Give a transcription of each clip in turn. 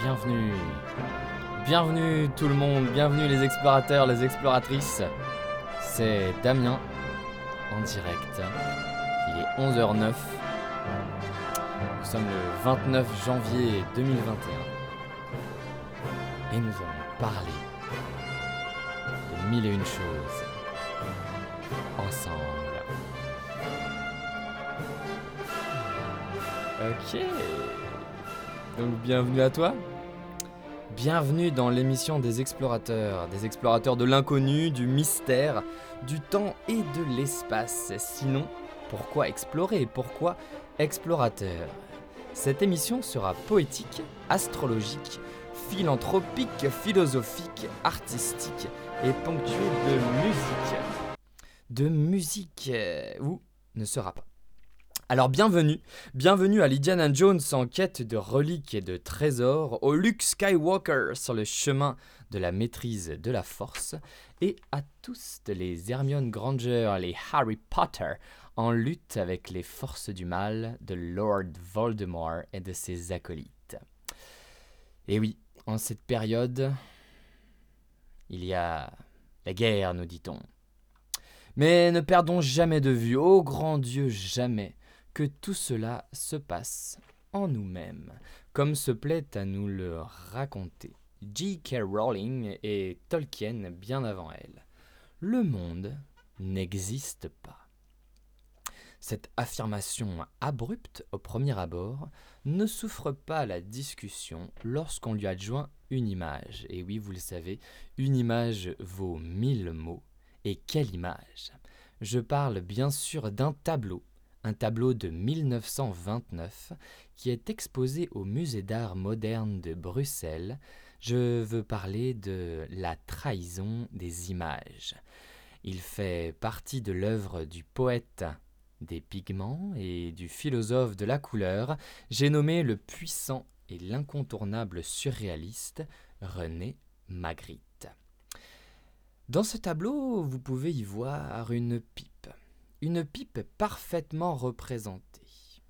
bienvenue. Bienvenue tout le monde, bienvenue les explorateurs, les exploratrices. C'est Damien, en direct. Il est 11h09. Nous sommes le 29 janvier 2021. Et nous allons parler de mille et une choses. Ensemble. Ok. Donc bienvenue à toi. Bienvenue dans l'émission des explorateurs de l'inconnu, du mystère, du temps et de l'espace. Sinon, pourquoi explorer? Pourquoi explorateur? Cette émission sera poétique, astrologique, philanthropique, philosophique, artistique et ponctuée de musique. De musique, ou ne sera pas. Alors bienvenue à l'Indiana Jones en quête de reliques et de trésors, au Luke Skywalker sur le chemin de la maîtrise de la force, et à tous les Hermione Granger, les Harry Potter, en lutte avec les forces du mal de Lord Voldemort et de ses acolytes. Et oui, en cette période, il y a la guerre, nous dit-on. Mais ne perdons jamais de vue, ô grand Dieu, jamais, que tout cela se passe en nous-mêmes, comme se plaît à nous le raconter J.K. Rowling et Tolkien bien avant elle. Le monde n'existe pas. Cette affirmation abrupte au premier abord ne souffre pas la discussion lorsqu'on lui adjoint une image. Et oui, vous le savez, une image vaut 1000 mots. Et quelle image! Je parle bien sûr d'un tableau de 1929 qui est exposé au Musée d'art moderne de Bruxelles. Je veux parler de La trahison des images. Il fait partie de l'œuvre du poète des pigments et du philosophe de la couleur. J'ai nommé le puissant et l'incontournable surréaliste René Magritte. Dans ce tableau, vous pouvez y voir une pipe parfaitement représentée,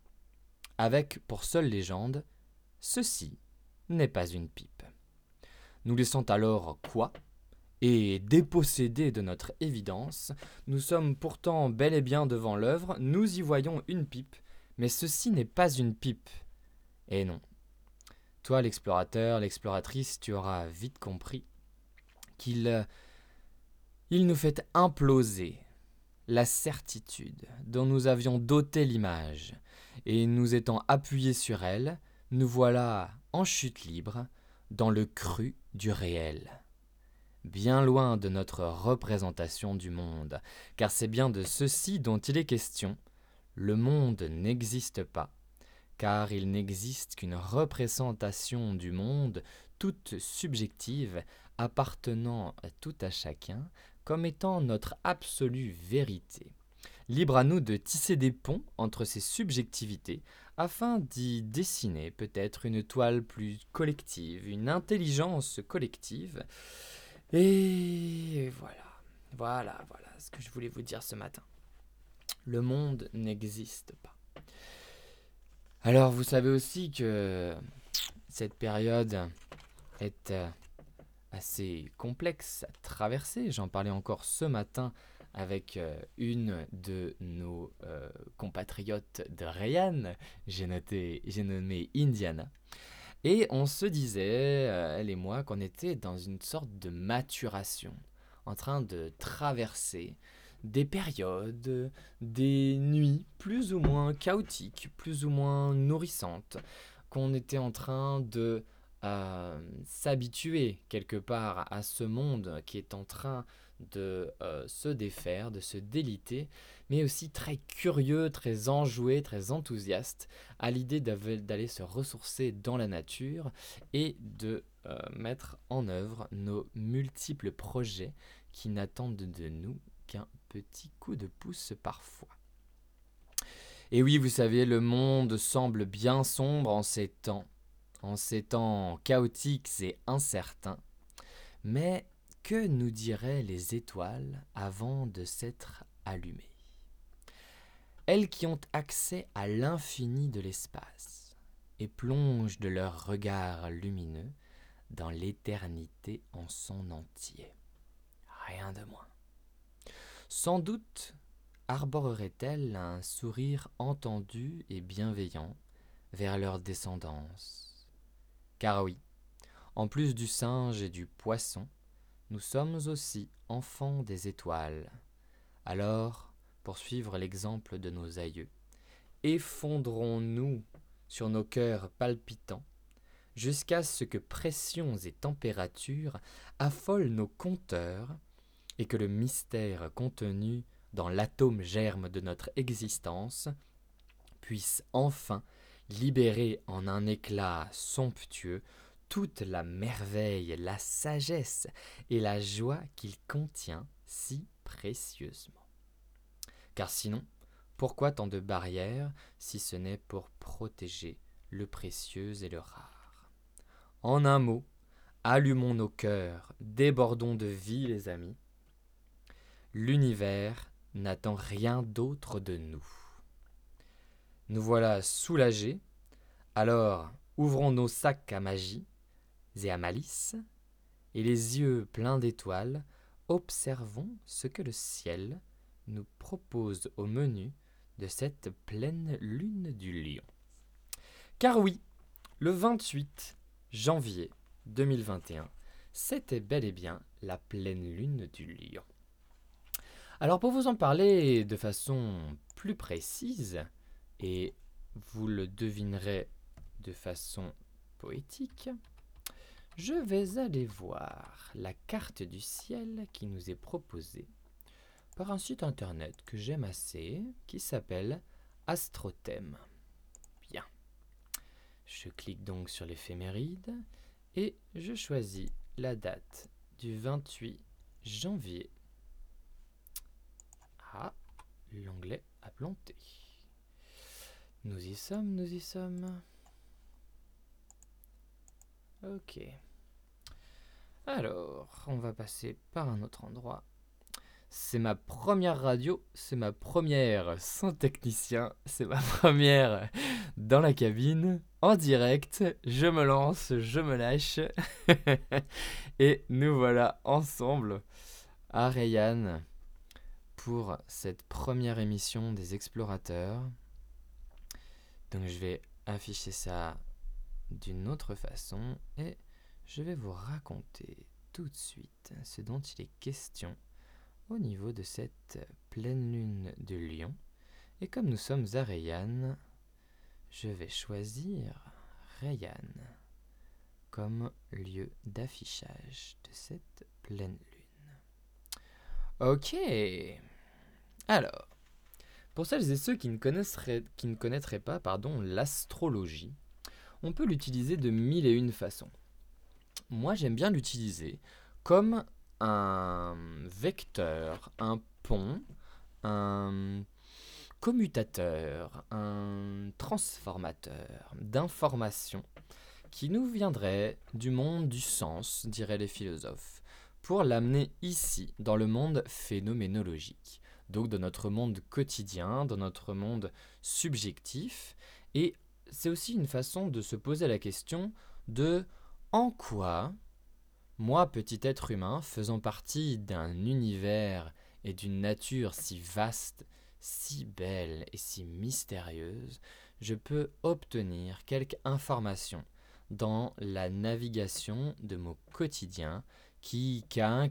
avec pour seule légende « Ceci n'est pas une pipe ». Nous laissons alors quoi? Et dépossédés de notre évidence, nous sommes pourtant bel et bien devant l'œuvre, nous y voyons une pipe, mais ceci n'est pas une pipe. Et non. Toi, l'explorateur, l'exploratrice, tu auras vite compris qu'il nous fait imploser la certitude dont nous avions doté l'image, et nous étant appuyés sur elle, nous voilà en chute libre dans le creux du réel. Bien loin de notre représentation du monde, car c'est bien de ceci dont il est question. Le monde n'existe pas, car il n'existe qu'une représentation du monde, toute subjective, appartenant à tout à chacun, comme étant notre absolue vérité. Libre à nous de tisser des ponts entre ces subjectivités, afin d'y dessiner peut-être une toile plus collective, une intelligence collective. Et voilà ce que je voulais vous dire ce matin. Le monde n'existe pas. Alors vous savez aussi que cette période est assez complexe à traverser. J'en parlais encore ce matin avec une de nos compatriotes de Rayan. J'ai nommé Indiana. Et on se disait, elle et moi, qu'on était dans une sorte de maturation, en train de traverser des périodes, des nuits plus ou moins chaotiques, plus ou moins nourrissantes, qu'on était en train de s'habituer quelque part à ce monde qui est en train de se défaire, de se déliter, mais aussi très curieux, très enjoué, très enthousiaste à l'idée d'aller se ressourcer dans la nature et de mettre en œuvre nos multiples projets qui n'attendent de nous qu'un petit coup de pouce parfois. Et oui, vous savez, le monde semble bien sombre en ces temps chaotiques et incertains. Mais que nous diraient les étoiles avant de s'être allumées? Elles qui ont accès à l'infini de l'espace, et plongent de leurs regards lumineux dans l'éternité en son entier. Rien de moins. Sans doute arborerait-elle un sourire entendu et bienveillant vers leur descendance. Car oui, en plus du singe et du poisson, nous sommes aussi enfants des étoiles. Alors, pour suivre l'exemple de nos aïeux, effondrons-nous sur nos cœurs palpitants, jusqu'à ce que pressions et températures affolent nos compteurs, et que le mystère contenu dans l'atome germe de notre existence puisse enfin libérer en un éclat somptueux toute la merveille, la sagesse et la joie qu'il contient si précieusement. Car sinon, pourquoi tant de barrières si ce n'est pour protéger le précieux et le rare? En un mot, allumons nos cœurs, débordons de vie les amis. L'univers n'attend rien d'autre de nous. Nous voilà soulagés, alors ouvrons nos sacs à magie et à malice, et les yeux pleins d'étoiles, observons ce que le ciel nous propose au menu de cette pleine lune du lion. Car oui, le 28 janvier 2021, c'était bel et bien la pleine lune du lion. Alors pour vous en parler de façon plus précise, et vous le devinerez de façon poétique, je vais aller voir la carte du ciel qui nous est proposée par un site internet que j'aime assez, qui s'appelle Astrothème. Bien. Je clique donc sur l'éphéméride et je choisis la date du 28 janvier. Ah, l'onglet a planté. Nous y sommes, nous y sommes. Ok. Alors, on va passer par un autre endroit. C'est ma première radio, c'est ma première sans technicien, c'est ma première dans la cabine, en direct. Je me lance, je me lâche. Et nous voilà ensemble à Rayanne pour cette première émission des Explorateurs. Donc je vais afficher ça d'une autre façon et je vais vous raconter tout de suite ce dont il est question au niveau de cette pleine lune de Lion. Et comme nous sommes à Rayanne, je vais choisir Rayanne comme lieu d'affichage de cette pleine lune. Ok. Alors, pour celles et ceux qui ne connaîtraient pas l'astrologie, on peut l'utiliser de mille et une façons. Moi, j'aime bien l'utiliser comme un vecteur, un pont, un commutateur, un transformateur d'informations qui nous viendrait du monde du sens, diraient les philosophes, pour l'amener ici, dans le monde phénoménologique, donc dans notre monde quotidien, dans notre monde subjectif. Et c'est aussi une façon de se poser la question de en quoi, moi, petit être humain, faisant partie d'un univers et d'une nature si vaste, si belle et si mystérieuse, je peux obtenir quelque information dans la navigation de mon quotidien qui,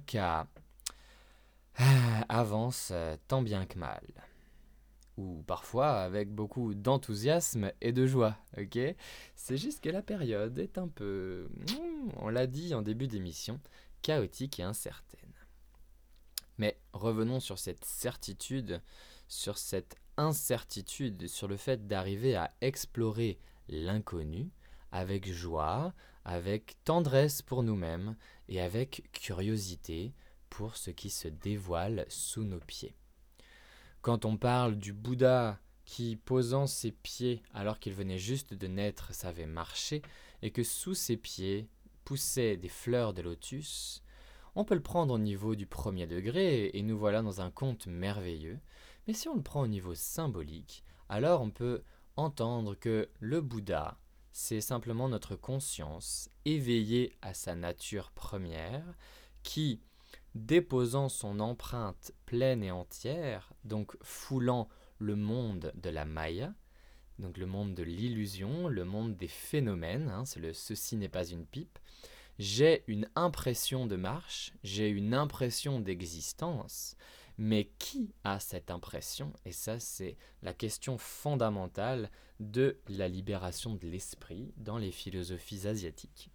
avance tant bien que mal. Ou parfois avec beaucoup d'enthousiasme et de joie, ok? C'est juste que la période est un peu, on l'a dit en début d'émission, chaotique et incertaine. Mais revenons sur cette certitude, sur cette incertitude, sur le fait d'arriver à explorer l'inconnu avec joie, avec tendresse pour nous-mêmes et avec curiosité pour ce qui se dévoile sous nos pieds. Quand on parle du Bouddha qui, posant ses pieds alors qu'il venait juste de naître, savait marcher et que sous ses pieds poussaient des fleurs de lotus, on peut le prendre au niveau du premier degré et nous voilà dans un conte merveilleux. Mais si on le prend au niveau symbolique, alors on peut entendre que le Bouddha c'est simplement notre conscience éveillée à sa nature première qui, déposant son empreinte pleine et entière, donc foulant le monde de la Maya, donc le monde de l'illusion, le monde des phénomènes, c'est le ceci n'est pas une pipe, j'ai une impression de marche, j'ai une impression d'existence, mais qui a cette impression? Et ça, c'est la question fondamentale de la libération de l'esprit dans les philosophies asiatiques.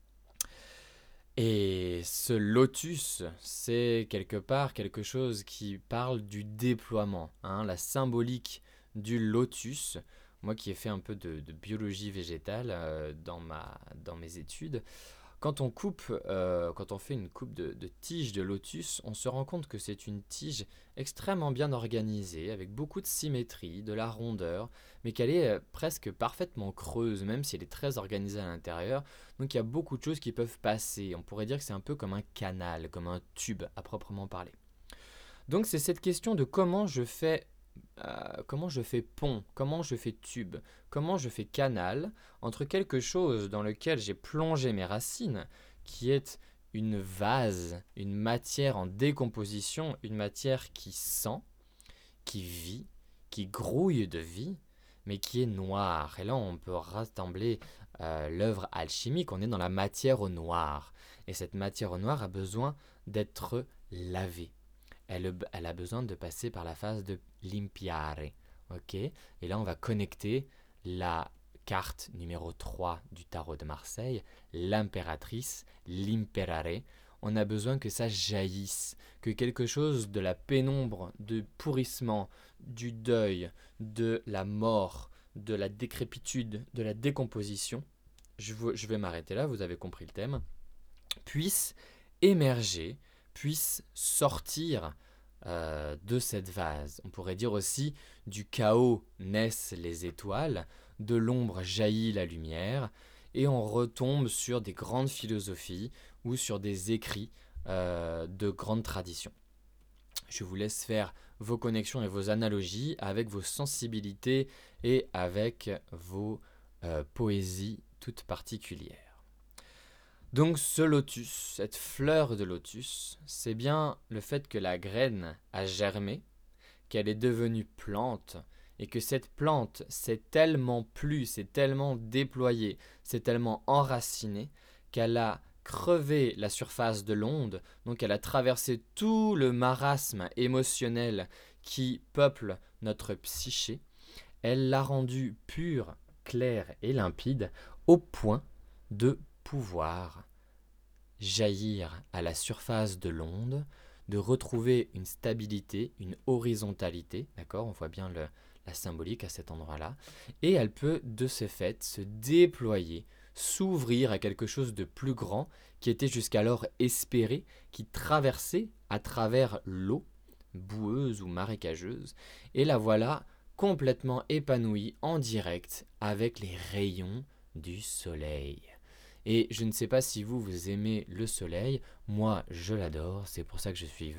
Et ce lotus, c'est quelque part quelque chose qui parle du déploiement, la symbolique du lotus. Moi qui ai fait un peu de biologie végétale dans mes études, quand on fait une coupe de tige de lotus, on se rend compte que c'est une tige extrêmement bien organisée, avec beaucoup de symétrie, de la rondeur, mais qu'elle est presque parfaitement creuse, même si elle est très organisée à l'intérieur. Donc il y a beaucoup de choses qui peuvent passer. On pourrait dire que c'est un peu comme un canal, comme un tube à proprement parler. Donc c'est cette question de comment je fais pont, comment je fais tube, comment je fais canal entre quelque chose dans lequel j'ai plongé mes racines, qui est une vase, une matière en décomposition, une matière qui sent, qui vit, qui grouille de vie, mais qui est noire. Et là, on peut rassembler l'œuvre alchimique, on est dans la matière au noir. Et cette matière au noir a besoin d'être lavée. Elle a besoin de passer par la phase de limpiare. Okay, et là, on va connecter la carte numéro 3 du tarot de Marseille, l'impératrice, l'imperare. On a besoin que ça jaillisse, que quelque chose de la pénombre, du pourrissement, du deuil, de la mort, de la décrépitude, de la décomposition, je vais m'arrêter là, vous avez compris le thème, puisse émerger, puisse sortir de cette vase. On pourrait dire aussi du chaos naissent les étoiles, de l'ombre jaillit la lumière, et on retombe sur des grandes philosophies ou sur des écrits de grandes traditions. Je vous laisse faire vos connexions et vos analogies avec vos sensibilités et avec vos poésies toutes particulières. Donc ce lotus, cette fleur de lotus, c'est bien le fait que la graine a germé, qu'elle est devenue plante, et que cette plante s'est tellement plu, s'est tellement déployée, s'est tellement enracinée, qu'elle a crevé la surface de l'onde, donc elle a traversé tout le marasme émotionnel qui peuple notre psyché, elle l'a rendue pure, claire et limpide, au point de pouvoir jaillir à la surface de l'onde, de retrouver une stabilité, une horizontalité, d'accord, on voit bien la symbolique à cet endroit-là, et elle peut de ce fait se déployer, s'ouvrir à quelque chose de plus grand qui était jusqu'alors espéré, qui traversait à travers l'eau, boueuse ou marécageuse, et la voilà complètement épanouie en direct avec les rayons du soleil. Et je ne sais pas si vous aimez le soleil, moi je l'adore, c'est pour ça que je suis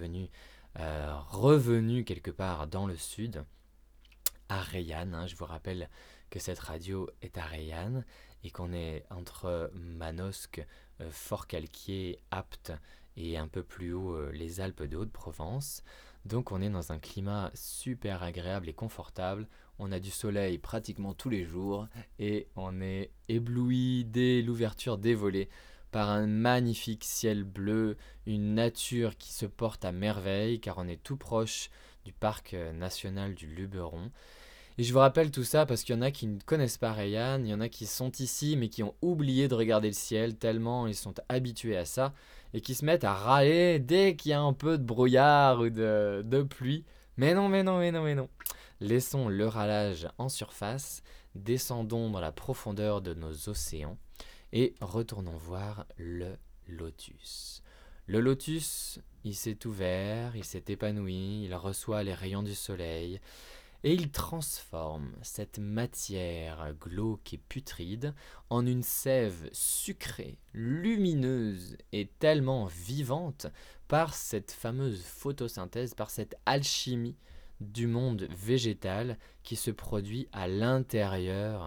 revenu quelque part dans le sud, à Rayanne. Je vous rappelle que cette radio est à Rayanne et qu'on est entre Manosque, Fort-Calquier, Apt et un peu plus haut les Alpes de Haute-Provence. Donc on est dans un climat super agréable et confortable. On a du soleil pratiquement tous les jours et on est ébloui dès l'ouverture des volets par un magnifique ciel bleu, une nature qui se porte à merveille car on est tout proche du parc national du Luberon. Et je vous rappelle tout ça parce qu'il y en a qui ne connaissent pas Rayanne, il y en a qui sont ici mais qui ont oublié de regarder le ciel tellement ils sont habitués à ça et qui se mettent à râler dès qu'il y a un peu de brouillard ou de pluie. Mais non. Laissons le râlage en surface, descendons dans la profondeur de nos océans et retournons voir le lotus. Le lotus, il s'est ouvert, il s'est épanoui, il reçoit les rayons du soleil et il transforme cette matière glauque et putride en une sève sucrée, lumineuse et tellement vivante par cette fameuse photosynthèse, par cette alchimie du monde végétal qui se produit à l'intérieur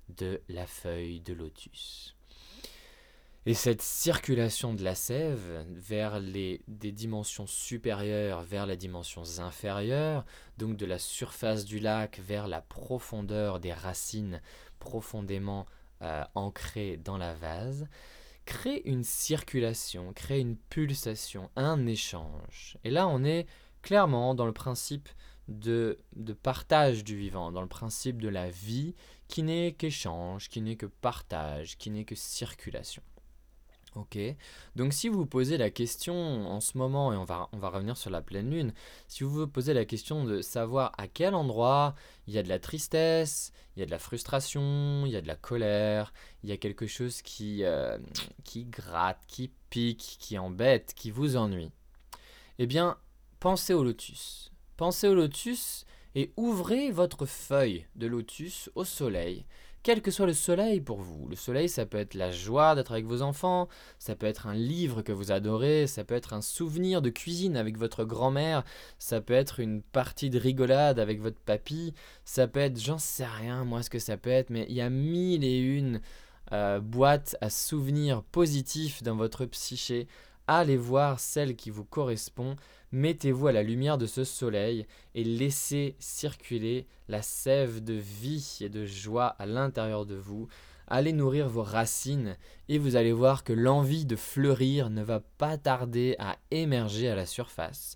de la feuille de lotus. Et cette circulation de la sève vers des dimensions supérieures vers les dimensions inférieures, donc de la surface du lac vers la profondeur des racines profondément ancrées dans la vase, crée une circulation, crée une pulsation, un échange. Et là, on est clairement dans le principe de partage du vivant, dans le principe de la vie qui n'est qu'échange, qui n'est que partage, qui n'est que circulation. Ok, donc si vous vous posez la question en ce moment, et on va revenir sur la pleine lune, si vous vous posez la question de savoir à quel endroit il y a de la tristesse, il y a de la frustration, il y a de la colère, il y a quelque chose qui gratte, qui pique, qui embête, qui vous ennuie, eh bien, pensez au lotus. Pensez au lotus et ouvrez votre feuille de lotus au soleil. Quel que soit le soleil pour vous. Le soleil, ça peut être la joie d'être avec vos enfants, ça peut être un livre que vous adorez, ça peut être un souvenir de cuisine avec votre grand-mère, ça peut être une partie de rigolade avec votre papy, ça peut être, j'en sais rien moi ce que ça peut être, mais il y a mille et une boîtes à souvenirs positifs dans votre psyché. Allez voir celle qui vous correspond, mettez-vous à la lumière de ce soleil et laissez circuler la sève de vie et de joie à l'intérieur de vous. Allez nourrir vos racines et vous allez voir que l'envie de fleurir ne va pas tarder à émerger à la surface.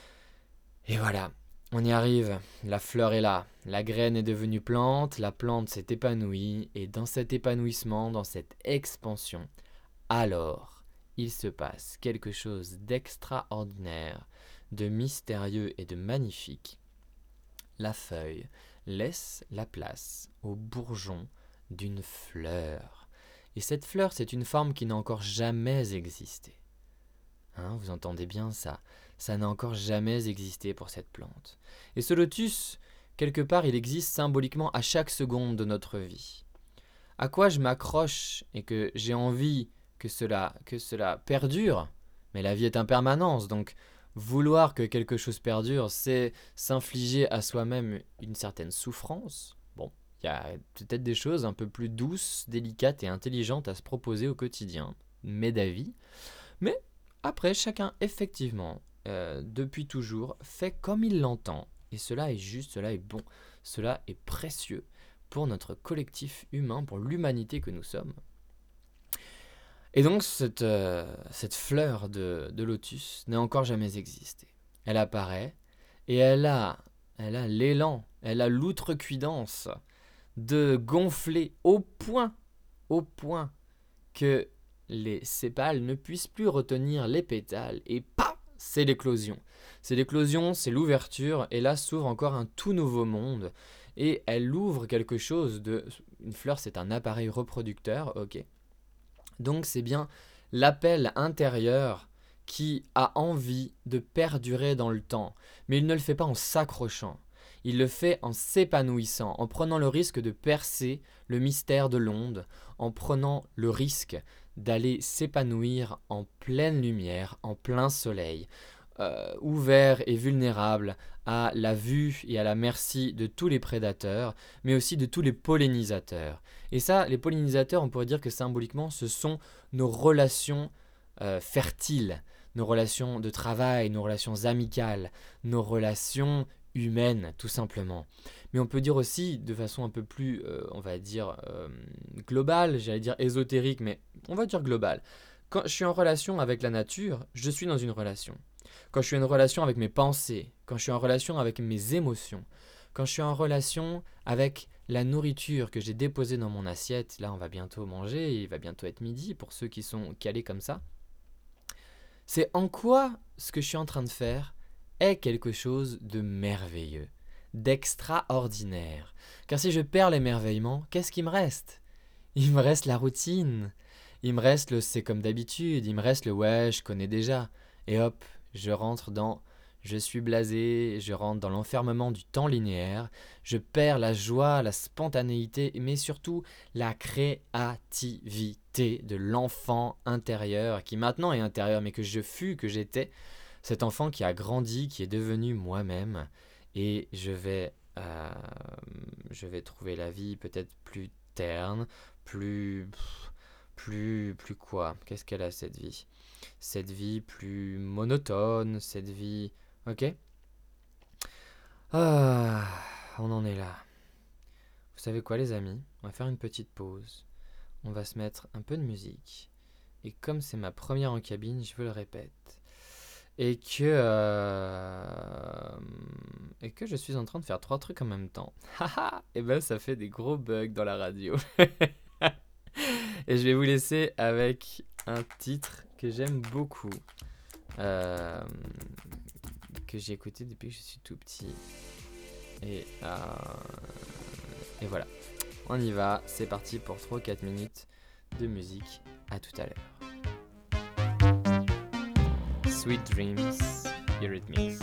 Et voilà, on y arrive, la fleur est là, la graine est devenue plante, la plante s'est épanouie et dans cet épanouissement, dans cette expansion, alors il se passe quelque chose d'extraordinaire, de mystérieux et de magnifique. La feuille laisse la place au bourgeon d'une fleur. Et cette fleur, c'est une forme qui n'a encore jamais existé. Vous entendez bien ça? Ça n'a encore jamais existé pour cette plante. Et ce lotus, quelque part, il existe symboliquement à chaque seconde de notre vie. À quoi je m'accroche et que j'ai envie que cela perdure, mais la vie est impermanence, donc vouloir que quelque chose perdure, c'est s'infliger à soi-même une certaine souffrance. Bon, il y a peut-être des choses un peu plus douces, délicates et intelligentes à se proposer au quotidien, mais d'avis. Mais après, chacun, effectivement, depuis toujours, fait comme il l'entend, et cela est juste, cela est bon, cela est précieux pour notre collectif humain, pour l'humanité que nous sommes. Et donc cette fleur de lotus n'a encore jamais existé. Elle apparaît et elle a l'élan, elle a l'outrecuidance de gonfler au point que les sépales ne puissent plus retenir les pétales et paf, c'est l'éclosion. C'est l'éclosion, c'est l'ouverture et là s'ouvre encore un tout nouveau monde et elle ouvre quelque chose de... Une fleur, c'est un appareil reproducteur, ok. Donc c'est bien l'appel intérieur qui a envie de perdurer dans le temps, mais il ne le fait pas en s'accrochant, il le fait en s'épanouissant, en prenant le risque de percer le mystère de l'onde, en prenant le risque d'aller s'épanouir en pleine lumière, en plein soleil, ouvert et vulnérable à la vue et à la merci de tous les prédateurs, mais aussi de tous les pollinisateurs. Et ça, les pollinisateurs, on pourrait dire que symboliquement, ce sont nos relations fertiles, nos relations de travail, nos relations amicales, nos relations humaines, tout simplement. Mais on peut dire aussi, de façon un peu plus, on va dire, globale, j'allais dire ésotérique, mais on va dire globale. Quand je suis en relation avec la nature, je suis dans une relation. Quand je suis en relation avec mes pensées, quand je suis en relation avec mes émotions, quand je suis en relation avec la nourriture que j'ai déposée dans mon assiette, là on va bientôt manger, il va bientôt être midi pour ceux qui sont calés comme ça, c'est en quoi ce que je suis en train de faire est quelque chose de merveilleux, d'extraordinaire. Car si je perds l'émerveillement, qu'est-ce qui me reste? Il me reste la routine, il me reste le c'est comme d'habitude, il me reste le ouais je connais déjà, et hop, je rentre dans je suis blasé, je rentre dans l'enfermement du temps linéaire, je perds la joie, la spontanéité, mais surtout la créativité de l'enfant intérieur, qui maintenant est intérieur, mais que je fus, que j'étais, cet enfant qui a grandi, qui est devenu moi-même, et je vais trouver la vie peut-être plus terne, plus quoi? Qu'est-ce qu'elle a cette vie? Cette vie plus monotone, cette vie... Ok? Ah, on en est là. Vous savez quoi les amis? On va faire une petite pause. On va se mettre un peu de musique. Et comme c'est ma première en cabine, je vous le répète. Et que je suis en train de faire 3 trucs en même temps. Haha. Et ben ça fait des gros bugs dans la radio. Et je vais vous laisser avec un titre que j'aime beaucoup. Que j'ai écouté depuis que je suis tout petit. Et voilà. On y va. C'est parti pour 3 ou 4 minutes de musique. À tout à l'heure. Sweet Dreams, Eurythmics.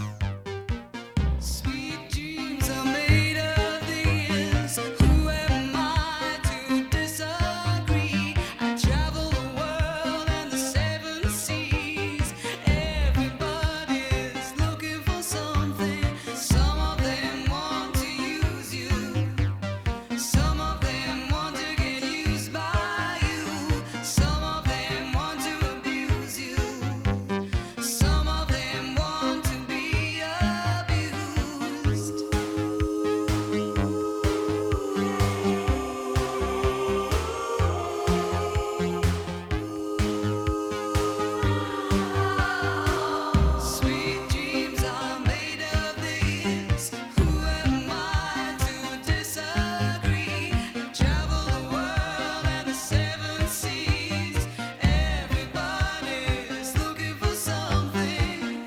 Sweet dreams are made of this. Who am I to disagree? I travel the world and the 7 seas. Everybody's looking for something. Some of them want to use you. Some of them want to get used by you. Some of them want to abuse you. Some of them want to be abused. Sweet dreams are made of this. Who am I to disagree? Travel the world and the 7 seas. Everybody's looking for something.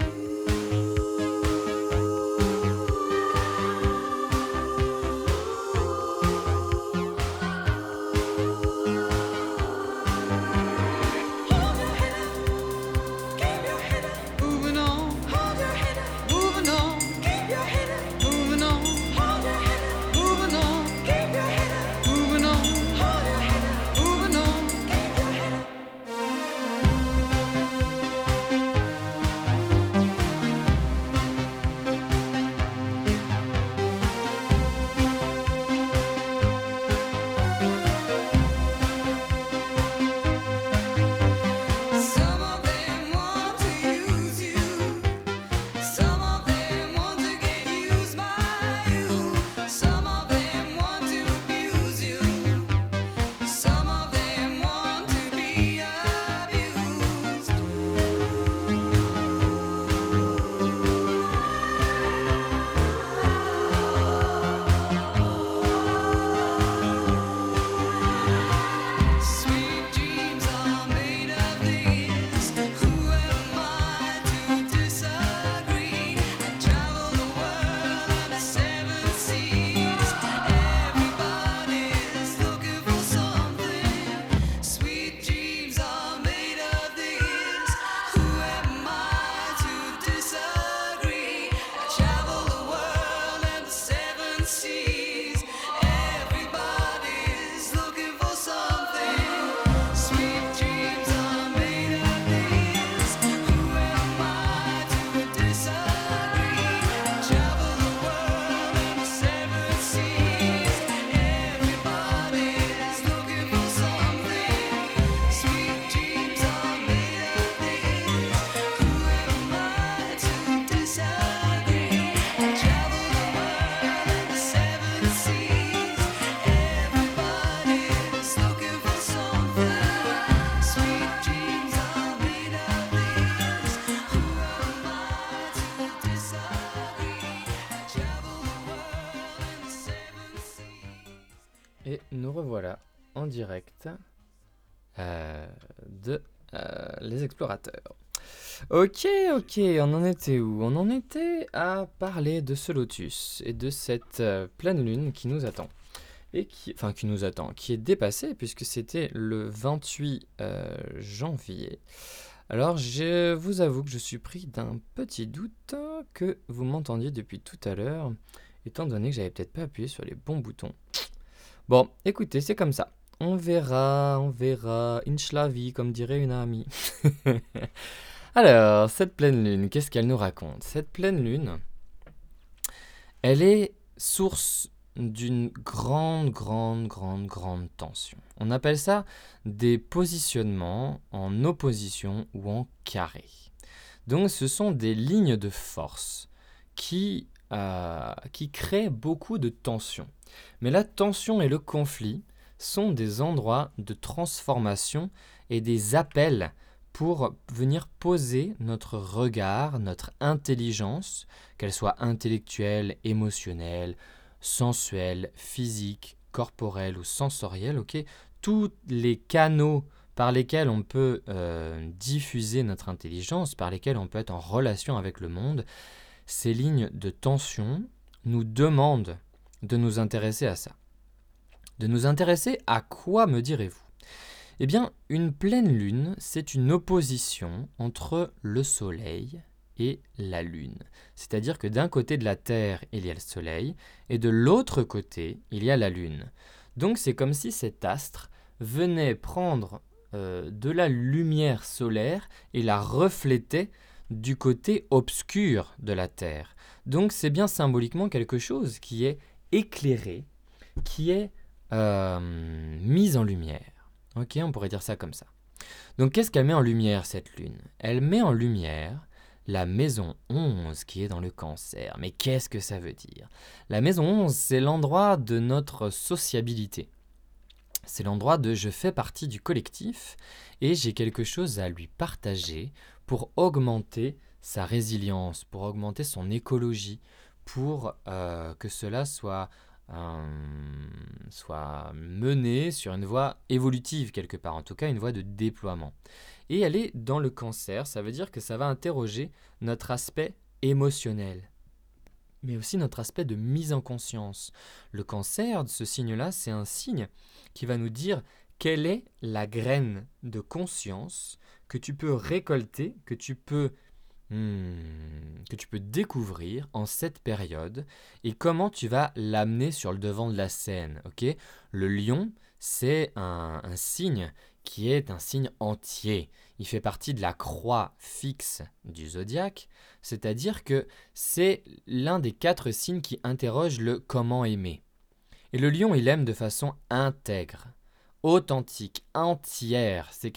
Hold your head up, keep your head up, moving on. Hold your head up, moving on. Keep your head up, moving on. Hold your head up, moving on. Keep your head up, moving on. Hold your head up, moving on. Keep your head up. Some of them want to use you. Some of them want to get used by you. Some of them want to abuse you. Some of them want to be abused. Sweet dreams are made of this. Who am I to disagree? I travel the world and the 7 seas. Everybody's looking for something. Sweet dreams are made of this. Who am I to disagree? I travel the world and the 7 seas. Everybody's looking for something. Sweet dreams are made of this. Who am I to disagree? I travel the world and the 7 seas. Everybody's looking for something. Sweet dreams are made of this. Who am I to disagree? I travel the world and the 7 seas. Everybody's looking for something. Sweet dreams are made of this. Who am I to disagree? I travel the world and the 7 seas. Et nous revoilà en direct de Les Explorateurs. Ok, on en était où? On en était à parler de ce lotus et de cette pleine lune qui nous attend. Et qui est dépassée puisque c'était le 28 janvier. Alors je vous avoue que je suis pris d'un petit doute que vous m'entendiez depuis tout à l'heure, étant donné que j'avais peut-être pas appuyé sur les bons boutons. Bon, écoutez, c'est comme ça. On verra, Inch'Lavi, comme dirait une amie. Alors, cette pleine lune, qu'est-ce qu'elle nous raconte? Cette pleine lune, elle est source d'une grande tension. On appelle ça des positionnements en opposition ou en carré. Donc ce sont des lignes de force qui créent beaucoup de tension. Mais la tension et le conflit sont des endroits de transformation et des appels pour venir poser notre regard, notre intelligence, qu'elle soit intellectuelle, émotionnelle, sensuelle, physique, corporelle ou sensorielle, ok? Tous les canaux par lesquels on peut diffuser notre intelligence, par lesquels on peut être en relation avec le monde, ces lignes de tension nous demandent de nous intéresser à ça. De nous intéresser à quoi, me direz-vous ? Eh bien, une pleine lune, c'est une opposition entre le soleil et la lune. C'est-à-dire que d'un côté de la Terre, il y a le soleil, et de l'autre côté, il y a la lune. Donc c'est comme si cet astre venait prendre de la lumière solaire et la reflétait du côté obscur de la Terre. Donc c'est bien symboliquement quelque chose qui est éclairé, qui est mise en lumière. Ok, on pourrait dire ça comme ça. Donc qu'est-ce qu'elle met en lumière, cette lune ? Elle met en lumière la maison 11 qui est dans le Cancer. Mais qu'est-ce que ça veut dire ? La maison 11, c'est l'endroit de notre sociabilité. C'est l'endroit de je fais partie du collectif et j'ai quelque chose à lui partager pour augmenter sa résilience, pour augmenter son écologie, pour que cela soit mené sur une voie évolutive quelque part, en tout cas une voie de déploiement. Et elle est dans le Cancer, ça veut dire que ça va interroger notre aspect émotionnel, mais aussi notre aspect de mise en conscience. Le Cancer, ce signe-là, c'est un signe qui va nous dire quelle est la graine de conscience que tu peux récolter, que tu peux découvrir en cette période et comment tu vas l'amener sur le devant de la scène. Okay ? Le lion, c'est un signe qui est un signe entier. Il fait partie de la croix fixe du zodiaque, c'est-à-dire que c'est l'un des 4 signes qui interroge le comment aimer. Et le lion, il aime de façon intègre, authentique, entière. C'est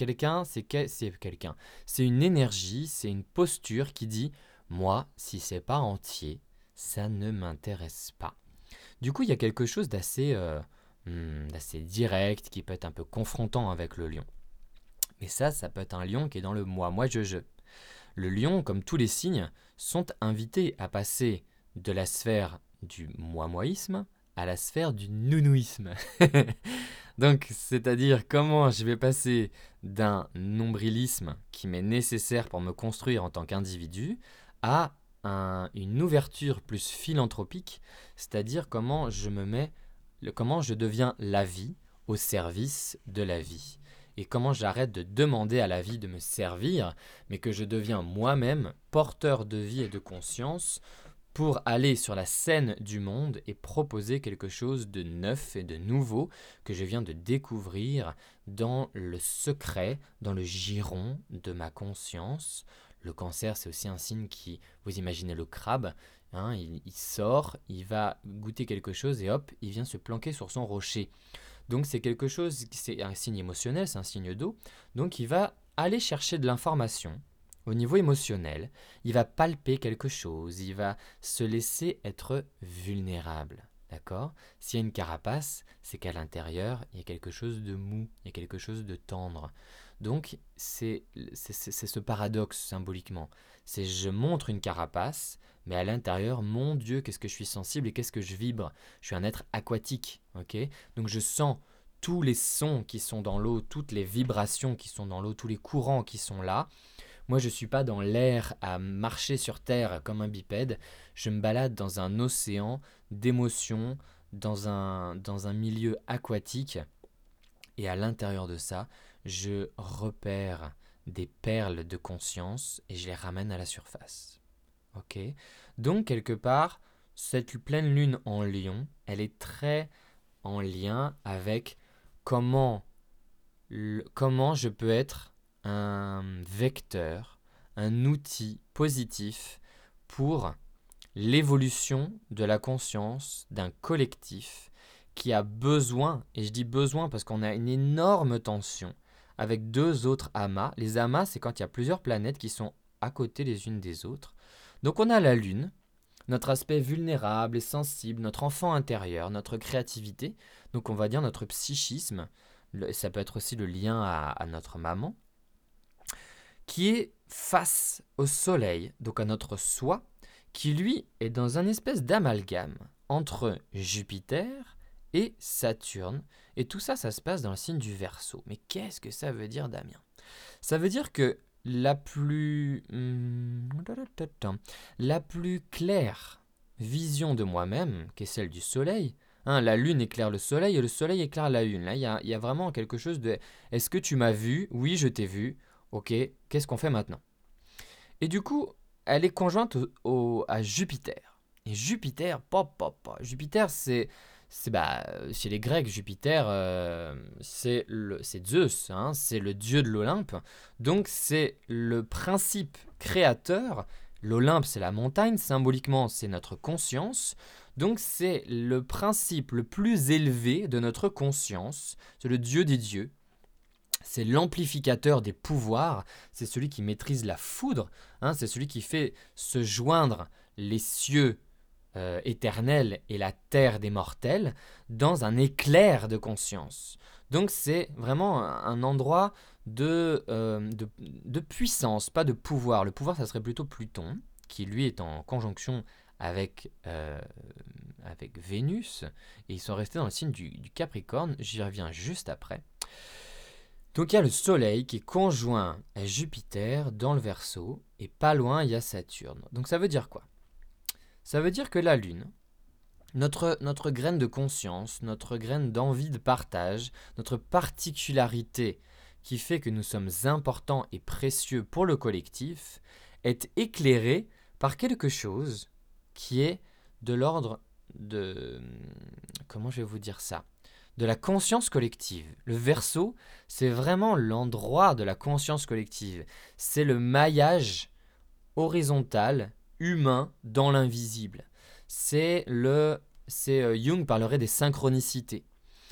une énergie, c'est une posture qui dit « Moi, si c'est pas entier, ça ne m'intéresse pas ». Du coup, il y a quelque chose d'assez direct, qui peut être un peu confrontant avec le lion. Mais ça peut être un lion qui est dans le moi, je. Le lion, comme tous les signes, sont invités à passer de la sphère du moi-moïsme à la sphère du nounouisme. Donc, c'est-à-dire comment je vais passer d'un nombrilisme qui m'est nécessaire pour me construire en tant qu'individu à une ouverture plus philanthropique, c'est-à-dire comment je deviens la vie au service de la vie. Et comment j'arrête de demander à la vie de me servir, mais que je deviens moi-même porteur de vie et de conscience pour aller sur la scène du monde et proposer quelque chose de neuf et de nouveau que je viens de découvrir dans le secret, dans le giron de ma conscience. Le Cancer, c'est aussi un signe qui, vous imaginez le crabe, hein, il sort, il va goûter quelque chose et hop, il vient se planquer sur son rocher. Donc c'est quelque chose, c'est un signe émotionnel, c'est un signe d'eau, donc il va aller chercher de l'information. Au niveau émotionnel, il va palper quelque chose, il va se laisser être vulnérable, d'accord ? S'il y a une carapace, c'est qu'à l'intérieur, il y a quelque chose de mou, il y a quelque chose de tendre. Donc, c'est ce paradoxe symboliquement. C'est je montre une carapace, mais à l'intérieur, mon Dieu, qu'est-ce que je suis sensible et qu'est-ce que je vibre ? Je suis un être aquatique, ok ? Donc, je sens tous les sons qui sont dans l'eau, toutes les vibrations qui sont dans l'eau, tous les courants qui sont là. Moi, je ne suis pas dans l'air à marcher sur terre comme un bipède. Je me balade dans un océan d'émotions, dans un milieu aquatique. Et à l'intérieur de ça, je repère des perles de conscience et je les ramène à la surface. Ok ? Donc, quelque part, cette pleine lune en Lion, elle est très en lien avec comment je peux être un vecteur, un outil positif pour l'évolution de la conscience d'un collectif qui a besoin, et je dis besoin parce qu'on a une énorme tension avec deux autres amas. Les amas, c'est quand il y a plusieurs planètes qui sont à côté les unes des autres. Donc on a la Lune, notre aspect vulnérable et sensible, notre enfant intérieur, notre créativité, donc on va dire notre psychisme, ça peut être aussi le lien à notre maman, qui est face au Soleil, donc à notre soi, qui lui est dans un espèce d'amalgame entre Jupiter et Saturne, et tout ça, ça se passe dans le signe du Verseau. Mais qu'est-ce que ça veut dire, Damien ? Ça veut dire que la plus claire vision de moi-même, qui est celle du Soleil, la Lune éclaire le Soleil et le Soleil éclaire la Lune. Là, il y a vraiment quelque chose de « Est-ce que tu m'as vu ? Oui, je t'ai vu. Ok, qu'est-ce qu'on fait maintenant ?» Et du coup, elle est conjointe à Jupiter. Et Jupiter, Jupiter, chez les Grecs, Jupiter, c'est Zeus, c'est le dieu de l'Olympe. Donc c'est le principe créateur. L'Olympe, c'est la montagne, symboliquement, c'est notre conscience. Donc c'est le principe le plus élevé de notre conscience, c'est le dieu des dieux. C'est l'amplificateur des pouvoirs, c'est celui qui maîtrise la foudre, c'est celui qui fait se joindre les cieux éternels et la terre des mortels dans un éclair de conscience. Donc c'est vraiment un endroit de puissance, pas de pouvoir. Le pouvoir, ça serait plutôt Pluton, qui lui est en conjonction avec Vénus, et ils sont restés dans le signe du Capricorne, j'y reviens juste après. Donc il y a le Soleil qui est conjoint à Jupiter dans le Verseau, et pas loin il y a Saturne. Donc ça veut dire quoi ? Ça veut dire que la Lune, notre graine de conscience, notre graine d'envie de partage, notre particularité qui fait que nous sommes importants et précieux pour le collectif, est éclairée par quelque chose qui est de l'ordre de... Comment je vais vous dire ça ? De la conscience collective. Le Verseau, c'est vraiment l'endroit de la conscience collective. C'est le maillage horizontal, humain, dans l'invisible. Jung parlerait des synchronicités.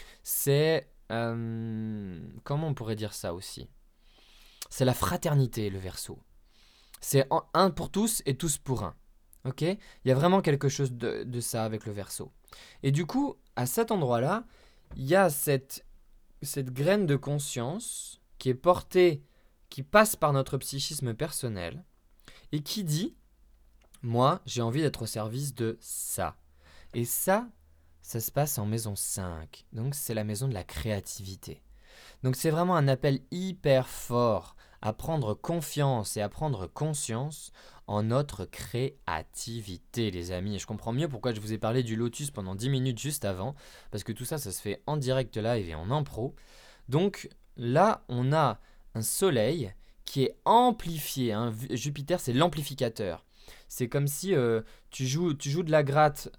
Comment on pourrait dire ça aussi ? C'est la fraternité, le Verseau. C'est un pour tous et tous pour un. Ok ? Il y a vraiment quelque chose de ça avec le Verseau. Et du coup, à cet endroit-là, il y a cette graine de conscience qui est portée, qui passe par notre psychisme personnel et qui dit « Moi, j'ai envie d'être au service de ça ». Et ça se passe en maison 5. Donc, c'est la maison de la créativité. Donc, c'est vraiment un appel hyper fort à prendre confiance et à prendre conscience en notre créativité, les amis. Et je comprends mieux pourquoi je vous ai parlé du lotus pendant 10 minutes juste avant, parce que tout ça, ça se fait en direct live et en impro. Donc là, on a un soleil qui est amplifié. Jupiter, c'est l'amplificateur. C'est comme si tu joues de la gratte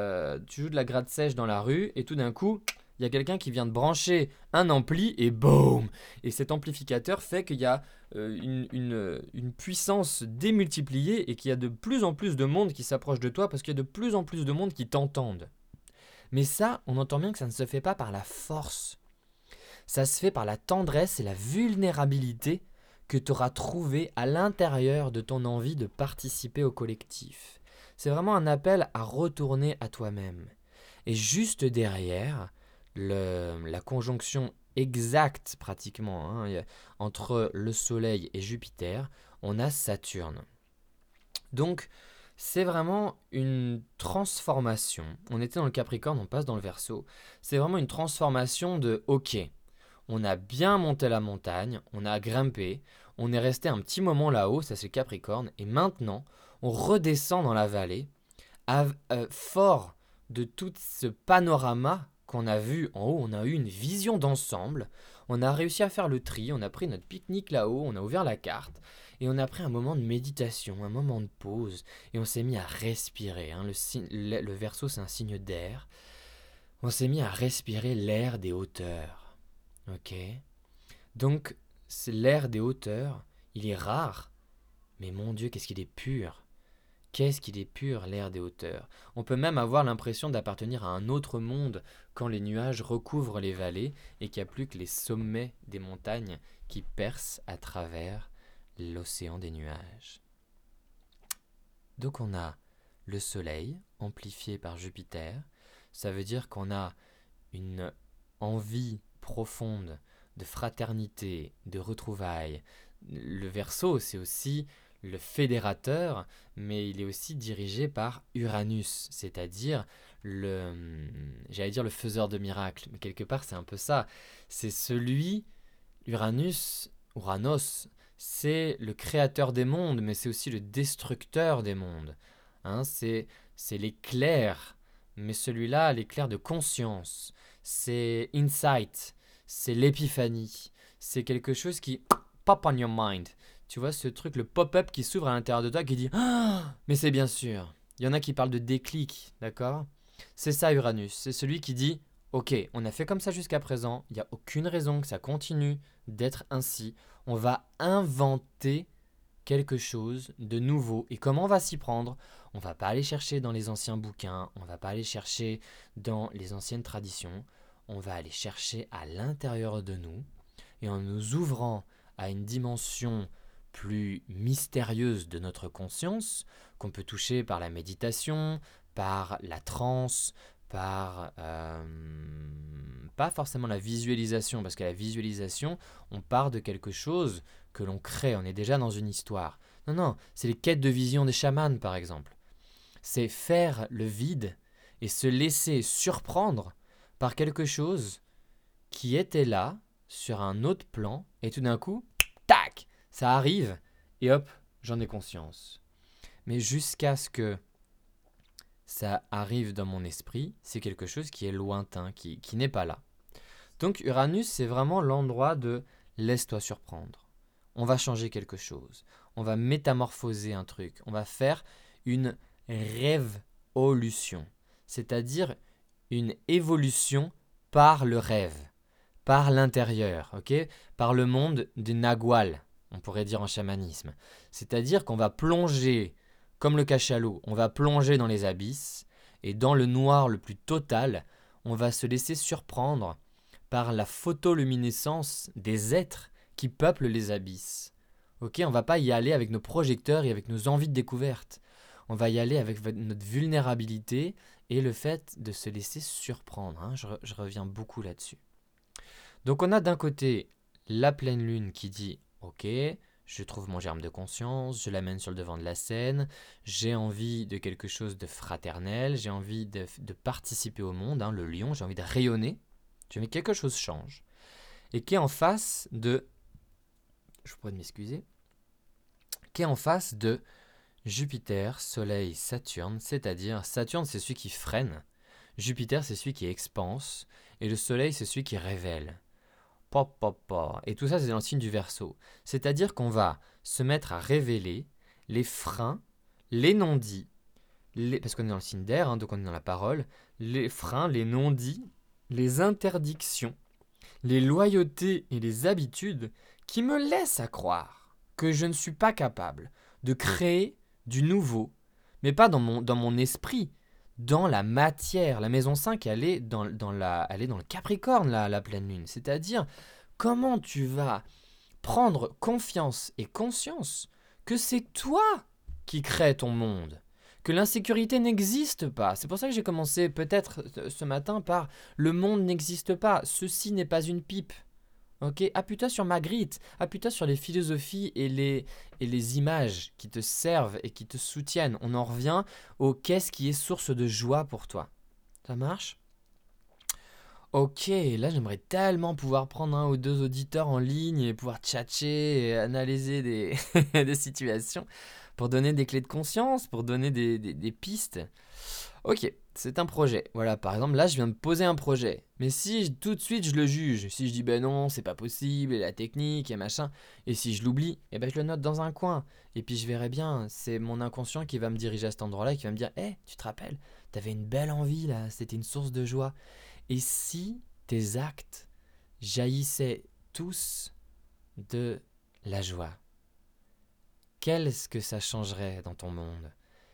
sèche dans la rue et tout d'un coup, il y a quelqu'un qui vient de brancher un ampli et boum. Et cet amplificateur fait qu'il y a une puissance démultipliée et qu'il y a de plus en plus de monde qui s'approche de toi parce qu'il y a de plus en plus de monde qui t'entendent. Mais ça, on entend bien que ça ne se fait pas par la force. Ça se fait par la tendresse et la vulnérabilité que tu auras trouvé à l'intérieur de ton envie de participer au collectif. C'est vraiment un appel à retourner à toi-même. Et juste derrière, la conjonction exacte pratiquement entre le Soleil et Jupiter, on a Saturne. Donc, c'est vraiment une transformation. On était dans le Capricorne, on passe dans le Verseau. C'est vraiment une transformation de « Ok, on a bien monté la montagne, on a grimpé, on est resté un petit moment là-haut, ça c'est Capricorne, et maintenant, on redescend dans la vallée, fort de tout ce panorama qu'on a vu en haut, on a eu une vision d'ensemble, on a réussi à faire le tri, on a pris notre pique-nique là-haut, on a ouvert la carte, et on a pris un moment de méditation, un moment de pause, et on s'est mis à respirer. Le Verseau, c'est un signe d'air. On s'est mis à respirer l'air des hauteurs. Ok ? Donc, l'air des hauteurs, il est rare, mais mon Dieu, qu'est-ce qu'il est pur. Qu'est-ce qu'il est pur, l'air des hauteurs. On peut même avoir l'impression d'appartenir à un autre monde quand les nuages recouvrent les vallées et qu'il n'y a plus que les sommets des montagnes qui percent à travers l'océan des nuages. Donc on a le soleil amplifié par Jupiter. Ça veut dire qu'on a une envie profonde de fraternité, de retrouvailles. Le Verseau, c'est aussi le fédérateur, mais il est aussi dirigé par Uranus, c'est-à-dire j'allais dire le faiseur de miracles, mais quelque part c'est un peu ça. C'est Uranos, c'est le créateur des mondes, mais c'est aussi le destructeur des mondes. Hein, c'est l'éclair, mais celui-là, l'éclair de conscience. C'est insight, c'est l'épiphanie. C'est quelque chose qui pop on your mind. Tu vois, ce truc, le pop-up qui s'ouvre à l'intérieur de toi qui dit ah, mais c'est bien sûr. Il y en a qui parlent de déclic, d'accord? C'est ça Uranus, c'est celui qui dit ok, on a fait comme ça jusqu'à présent, il n'y a aucune raison que ça continue d'être ainsi. On va inventer quelque chose de nouveau. Et comment on va s'y prendre? On va pas aller chercher dans les anciens bouquins, on va pas aller chercher dans les anciennes traditions, on va aller chercher à l'intérieur de nous, et en nous ouvrant à une dimension plus mystérieuse de notre conscience, qu'on peut toucher par la méditation, par la transe, par pas forcément la visualisation, parce que la visualisation, on part de quelque chose que l'on crée, on est déjà dans une histoire. Non, c'est les quêtes de vision des chamans, par exemple. C'est faire le vide et se laisser surprendre par quelque chose qui était là, sur un autre plan, et tout d'un coup, tac, ça arrive, et hop, j'en ai conscience. Mais jusqu'à ce que ça arrive dans mon esprit, c'est quelque chose qui est lointain, qui n'est pas là. Donc Uranus, c'est vraiment l'endroit de laisse-toi surprendre. On va changer quelque chose, on va métamorphoser un truc, on va faire une rêvolution, c'est-à-dire une évolution par le rêve, par l'intérieur, par le monde des naguals, on pourrait dire en chamanisme. C'est-à-dire qu'on va plonger, comme le cachalot, on va plonger dans les abysses, et dans le noir le plus total, on va se laisser surprendre par la photoluminescence des êtres qui peuplent les abysses. On ne va pas y aller avec nos projecteurs et avec nos envies de découverte. On va y aller avec notre vulnérabilité et le fait de se laisser surprendre. Je reviens beaucoup là-dessus. Donc on a d'un côté la pleine lune qui dit « Ok, je trouve mon germe de conscience, je l'amène sur le devant de la scène, j'ai envie de quelque chose de fraternel, j'ai envie de participer au monde, le lion, j'ai envie de rayonner, j'ai envie que quelque chose change. » Et qui est en face de... Je vous prie de m'excuser. Qui est en face de Jupiter, Soleil, Saturne, c'est-à-dire Saturne c'est celui qui freine, Jupiter c'est celui qui expanse, et le Soleil c'est celui qui révèle. Et tout ça c'est dans le signe du Verseau. C'est-à-dire qu'on va se mettre à révéler les freins, les non-dits, parce qu'on est dans le signe d'air, donc on est dans la parole, les freins, les non-dits, les interdictions, les loyautés et les habitudes qui me laissent à croire que je ne suis pas capable de créer du nouveau, mais pas dans mon esprit, dans la matière. La maison 5, elle est dans le Capricorne, la pleine lune. C'est-à-dire, comment tu vas prendre confiance et conscience que c'est toi qui crée ton monde, que l'insécurité n'existe pas. C'est pour ça que j'ai commencé peut-être ce matin par « le monde n'existe pas, ceci n'est pas une pipe ». Appuie-toi sur Magritte, appuie-toi sur les philosophies et les images qui te servent et qui te soutiennent. On en revient au qu'est-ce qui est source de joie pour toi. Ça marche ? Ok, là j'aimerais tellement pouvoir prendre un ou deux auditeurs en ligne et pouvoir tchatcher et analyser des situations pour donner des clés de conscience, pour donner des pistes. Ok, c'est un projet. Voilà, par exemple, là, je viens de poser un projet. Mais si tout de suite je le juge, si je dis ben non, c'est pas possible, et la technique et machin, et si je l'oublie, je le note dans un coin. Et puis je verrai bien, c'est mon inconscient qui va me diriger à cet endroit-là et qui va me dire tu te rappelles, t'avais une belle envie là, c'était une source de joie. Et si tes actes jaillissaient tous de la joie, qu'est-ce que ça changerait dans ton monde ?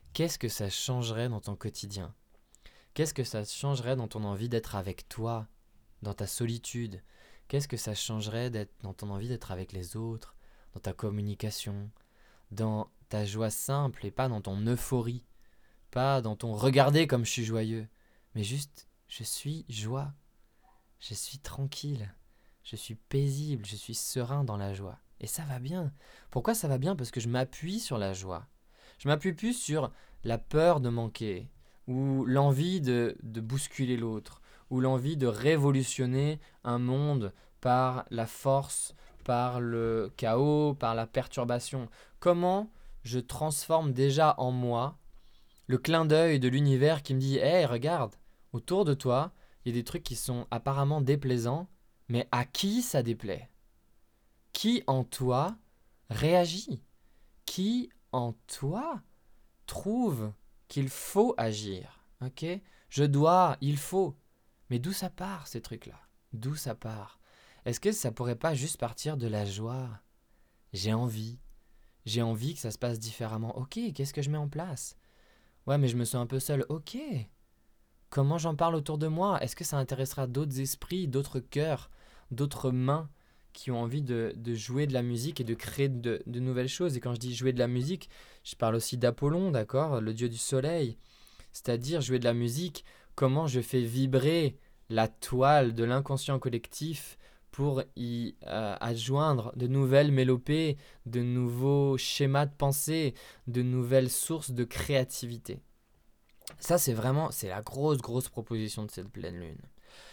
qu'est-ce que ça changerait dans ton quotidien? Qu'est-ce que ça changerait dans ton envie d'être avec toi, dans ta solitude? Qu'est-ce que ça changerait dans ton envie d'être avec les autres, dans ta communication, dans ta joie simple et pas dans ton euphorie, pas dans ton regarder comme je suis joyeux, mais juste je suis joie, je suis tranquille, je suis paisible, je suis serein dans la joie. Et ça va bien. Pourquoi ça va bien? Parce que je m'appuie sur la joie. Je m'appuie plus sur la peur de manquer, ou l'envie de bousculer l'autre, ou l'envie de révolutionner un monde par la force, par le chaos, par la perturbation. Comment je transforme déjà en moi le clin d'œil de l'univers qui me dit « Hey, regarde, autour de toi, il y a des trucs qui sont apparemment déplaisants, mais à qui ça déplaît? Qui en toi réagit? Qui en toi trouve qu'il faut agir? Ok? Je dois, il faut. Mais d'où ça part ces trucs-là? D'où ça part? Est-ce que ça pourrait pas juste partir de la joie? J'ai envie. J'ai envie que ça se passe différemment. Ok, qu'est-ce que je mets en place? Ouais, mais je me sens un peu seul. Ok. Comment j'en parle autour de moi? Est-ce que ça intéressera d'autres esprits, d'autres cœurs, d'autres mains qui ont envie de jouer de la musique et de créer de nouvelles choses? Et quand je dis jouer de la musique, je parle aussi d'Apollon, d'accord? Le dieu du soleil. C'est-à-dire jouer de la musique, comment je fais vibrer la toile de l'inconscient collectif pour y adjoindre de nouvelles mélopées, de nouveaux schémas de pensée, de nouvelles sources de créativité. Ça, c'est la grosse proposition de cette pleine lune.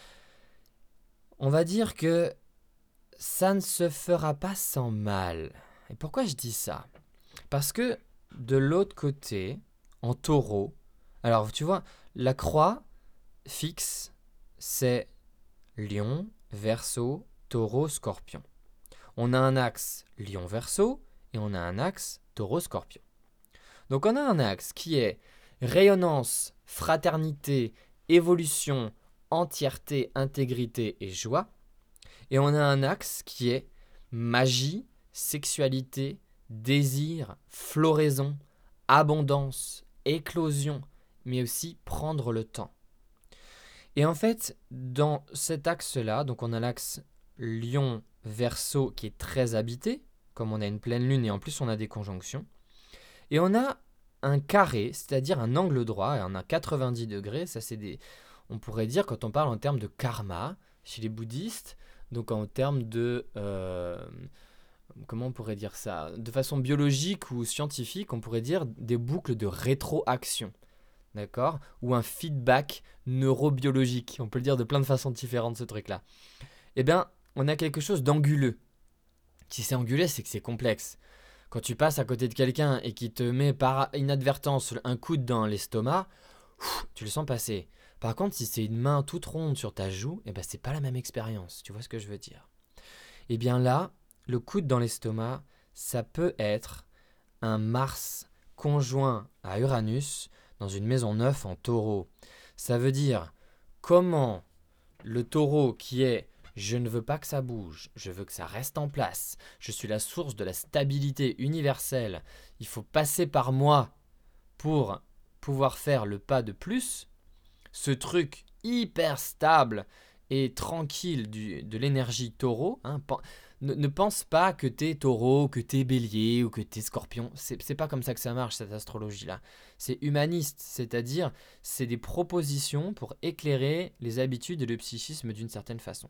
On va dire que ça ne se fera pas sans mal. Et pourquoi je dis ça? Parce que de l'autre côté, en taureau, alors tu vois, la croix fixe, c'est Lion, Verseau, Taureau, Scorpion. On a un axe Lion-Verseau et on a un axe Taureau-Scorpion. Donc on a un axe qui est rayonnance, fraternité, évolution, entièreté, intégrité et joie. Et on a un axe qui est magie, sexualité, désir, floraison, abondance, éclosion, mais aussi prendre le temps. Et en fait, dans cet axe-là, donc on a l'axe Lion-Verseau qui est très habité, comme on a une pleine lune et en plus on a des conjonctions. Et on a un carré, c'est-à-dire un angle droit, et on a 90 degrés, ça c'est on pourrait dire quand on parle en termes de karma, chez les bouddhistes, donc en termes de... comment on pourrait dire ça? De façon biologique ou scientifique, on pourrait dire des boucles de rétroaction, d'accord? Ou un feedback neurobiologique, on peut le dire de plein de façons différentes ce truc-là. Eh bien, on a quelque chose d'anguleux. Si c'est angulé, c'est que c'est complexe. Quand tu passes à côté de quelqu'un et qui te met par inadvertance un coude dans l'estomac, tu le sens passer. Par contre, si c'est une main toute ronde sur ta joue, eh ben c'est pas la même expérience. Tu vois ce que je veux dire? Eh bien là, le coude dans l'estomac, ça peut être un Mars conjoint à Uranus dans une maison 9 en taureau. Ça veut dire comment le taureau qui est je ne veux pas que ça bouge, je veux que ça reste en place, je suis la source de la stabilité universelle, il faut passer par moi pour pouvoir faire le pas de plus, ce truc hyper stable et tranquille de l'énergie taureau, hein, ne pense pas que t'es taureau, que t'es bélier ou que t'es scorpion, c'est pas comme ça que ça marche cette astrologie-là. C'est humaniste, c'est-à-dire c'est des propositions pour éclairer les habitudes et le psychisme d'une certaine façon.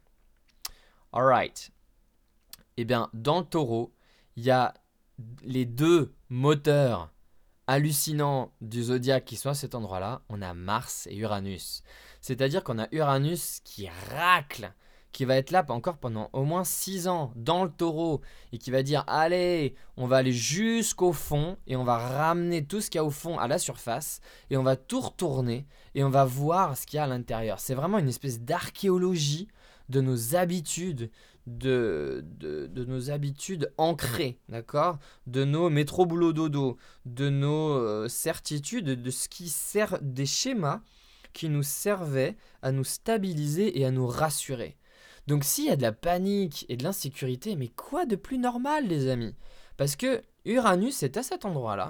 Alright. Eh bien, dans le taureau, il y a les deux moteurs hallucinants du zodiaque qui sont à cet endroit-là. On a Mars et Uranus. C'est-à-dire qu'on a Uranus qui racle, qui va être là encore pendant au moins 6 ans dans le taureau et qui va dire « Allez, on va aller jusqu'au fond et on va ramener tout ce qu'il y a au fond à la surface et on va tout retourner et on va voir ce qu'il y a à l'intérieur. » C'est vraiment une espèce d'archéologie de nos habitudes, de nos habitudes ancrées, d'accord? De nos métro boulot dodo, de nos certitudes, de ce qui sert des schémas qui nous servaient à nous stabiliser et à nous rassurer. Donc s'il y a de la panique et de l'insécurité, mais quoi de plus normal les amis? Parce que Uranus est à cet endroit-là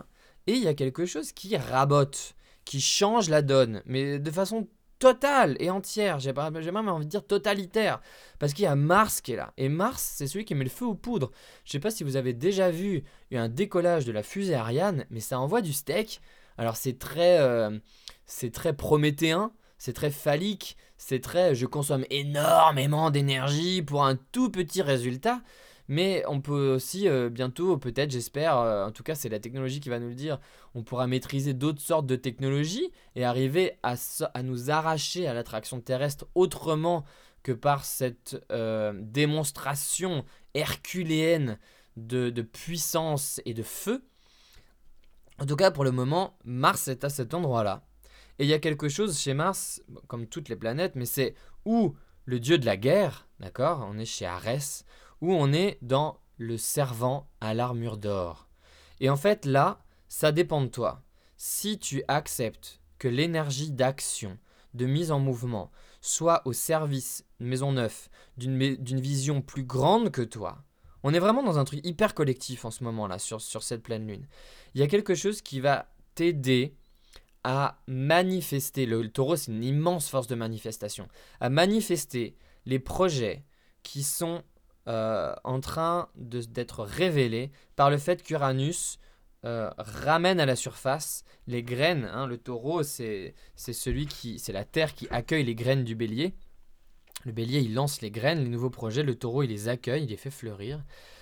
Et il y a quelque chose qui rabote, qui change la donne, mais de façon totale et entière, j'ai même envie de dire totalitaire, parce qu'il y a Mars qui est là. Et Mars, c'est celui qui met le feu aux poudres. Je sais pas si vous avez déjà vu un décollage de la fusée Ariane, mais ça envoie du steak. Alors c'est très prométhéen, c'est très phallique, c'est très je consomme énormément d'énergie pour un tout petit résultat. Mais on peut aussi bientôt, peut-être, j'espère, en tout cas c'est la technologie qui va nous le dire, on pourra maîtriser d'autres sortes de technologies et arriver à nous arracher à l'attraction terrestre autrement que par cette démonstration herculéenne de puissance et de feu. En tout cas, pour le moment, Mars est à cet endroit-là. Et il y a quelque chose chez Mars, comme toutes les planètes, mais c'est où le dieu de la guerre, d'accord, on est chez Arès, où on est dans le servant à l'armure d'or. Et en fait, là, ça dépend de toi. Si tu acceptes que l'énergie d'action, de mise en mouvement, soit au service, maison neuve, d'une vision plus grande que toi, on est vraiment dans un truc hyper collectif en ce moment-là, sur cette pleine lune. Il y a quelque chose qui va t'aider à manifester, le taureau c'est une immense force de manifestation, à manifester les projets qui sont en train d'être révélés par le fait qu'Uranus ramène à la surface les graines. Hein, le taureau c'est la terre qui accueille les graines du bélier. Le bélier il lance les graines, les nouveaux projets, le taureau il les accueille, il les fait fleurir.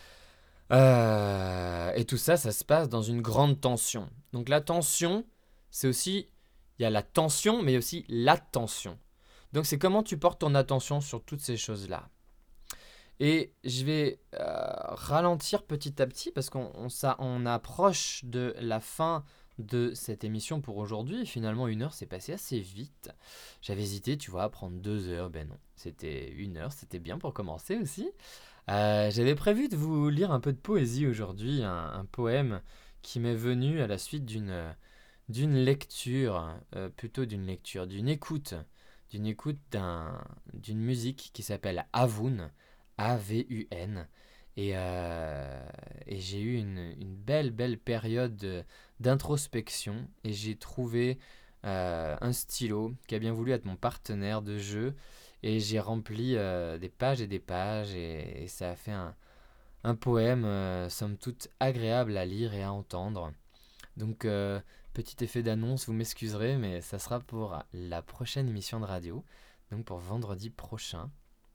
Et tout ça, ça se passe dans une grande tension. Donc la tension, c'est aussi, il y a la tension, mais aussi l'attention. Donc c'est comment tu portes ton attention sur toutes ces choses-là. Et je vais ralentir petit à petit parce on approche de la fin de cette émission pour aujourd'hui. Finalement, 1 heure, c'est passé assez vite. J'avais hésité, tu vois, à prendre 2 heures. Ben non, c'était 1 heure, c'était bien pour commencer aussi. J'avais prévu de vous lire un peu de poésie aujourd'hui, un poème qui m'est venu à la suite d'une lecture, d'une écoute d'une musique qui s'appelle Avun, A-V-U-N. Et j'ai eu une belle période d'introspection et j'ai trouvé un stylo qui a bien voulu être mon partenaire de jeu et j'ai rempli des pages et des pages et ça a fait un poème somme toute agréable à lire et à entendre. Donc petit effet d'annonce, vous m'excuserez mais ça sera pour la prochaine émission de radio, donc pour vendredi prochain.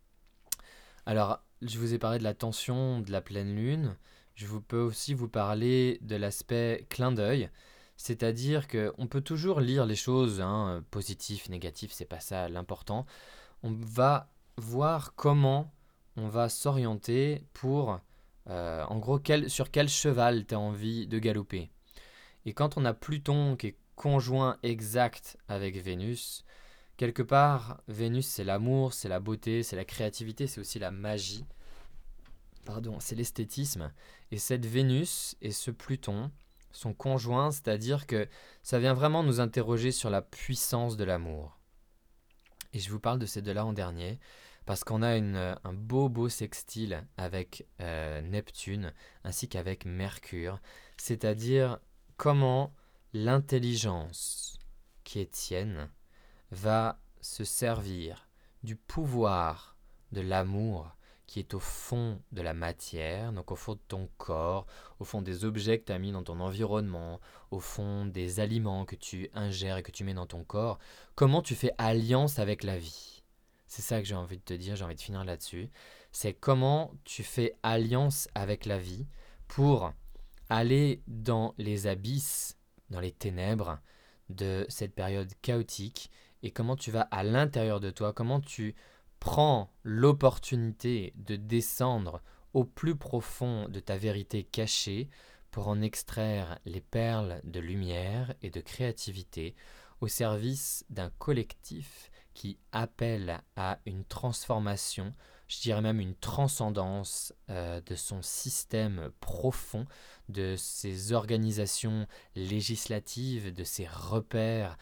Alors, je vous ai parlé de la tension de la pleine lune. Peux aussi vous parler de l'aspect clin d'œil. C'est-à-dire qu'on peut toujours lire les choses, hein, positif, négatif, c'est pas ça l'important. On va voir comment on va s'orienter pour, en gros, sur quel cheval tu as envie de galoper. Et quand on a Pluton qui est conjoint exact avec Vénus, quelque part, Vénus, c'est l'amour, c'est la beauté, c'est la créativité, c'est aussi la magie. C'est l'esthétisme. Et cette Vénus et ce Pluton sont conjoints, c'est-à-dire que ça vient vraiment nous interroger sur la puissance de l'amour. Et je vous parle de ces deux-là en dernier, parce qu'on a un beau sextile avec Neptune, ainsi qu'avec Mercure, c'est-à-dire comment l'intelligence qui est tienne va se servir du pouvoir de l'amour qui est au fond de la matière, donc au fond de ton corps, au fond des objets que tu as mis dans ton environnement, au fond des aliments que tu ingères et que tu mets dans ton corps, comment tu fais alliance avec la vie. C'est ça que j'ai envie de te dire, j'ai envie de finir là-dessus. C'est comment tu fais alliance avec la vie pour aller dans les abysses, dans les ténèbres de cette période chaotique et comment tu vas à l'intérieur de toi, comment tu prends l'opportunité de descendre au plus profond de ta vérité cachée pour en extraire les perles de lumière et de créativité au service d'un collectif qui appelle à une transformation, je dirais même une transcendance de son système profond, de ses organisations législatives, de ses repères,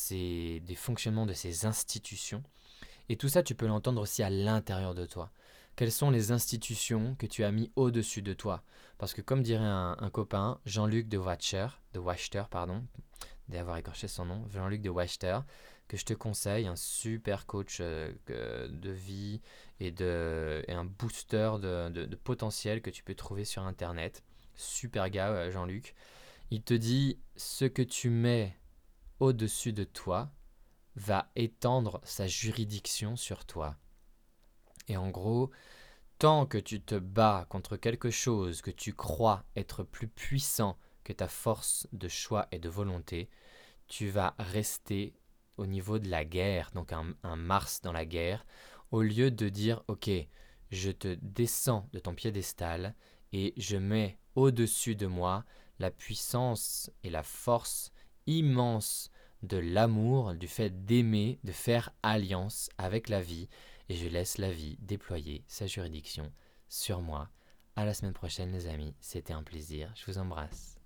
des fonctionnements de ses institutions. Et tout ça, tu peux l'entendre aussi à l'intérieur de toi. Quelles sont les institutions que tu as mis au-dessus de toi? Parce que comme dirait un copain, Jean-Luc de Wachter, pardon, d'avoir écorché son nom, Jean-Luc de Wachter, que je te conseille, un super coach de vie et un booster de potentiel que tu peux trouver sur Internet. Super gars, Jean-Luc. Il te dit, ce que tu mets au-dessus de toi va étendre sa juridiction sur toi. Et en gros, tant que tu te bats contre quelque chose que tu crois être plus puissant que ta force de choix et de volonté, tu vas rester au niveau de la guerre, donc un Mars dans la guerre, au lieu de dire ok, je te descends de ton piédestal et je mets au-dessus de moi la puissance et la force immense de l'amour, du fait d'aimer, de faire alliance avec la vie, et je laisse la vie déployer sa juridiction sur moi. À la semaine prochaine les amis, c'était un plaisir, je vous embrasse.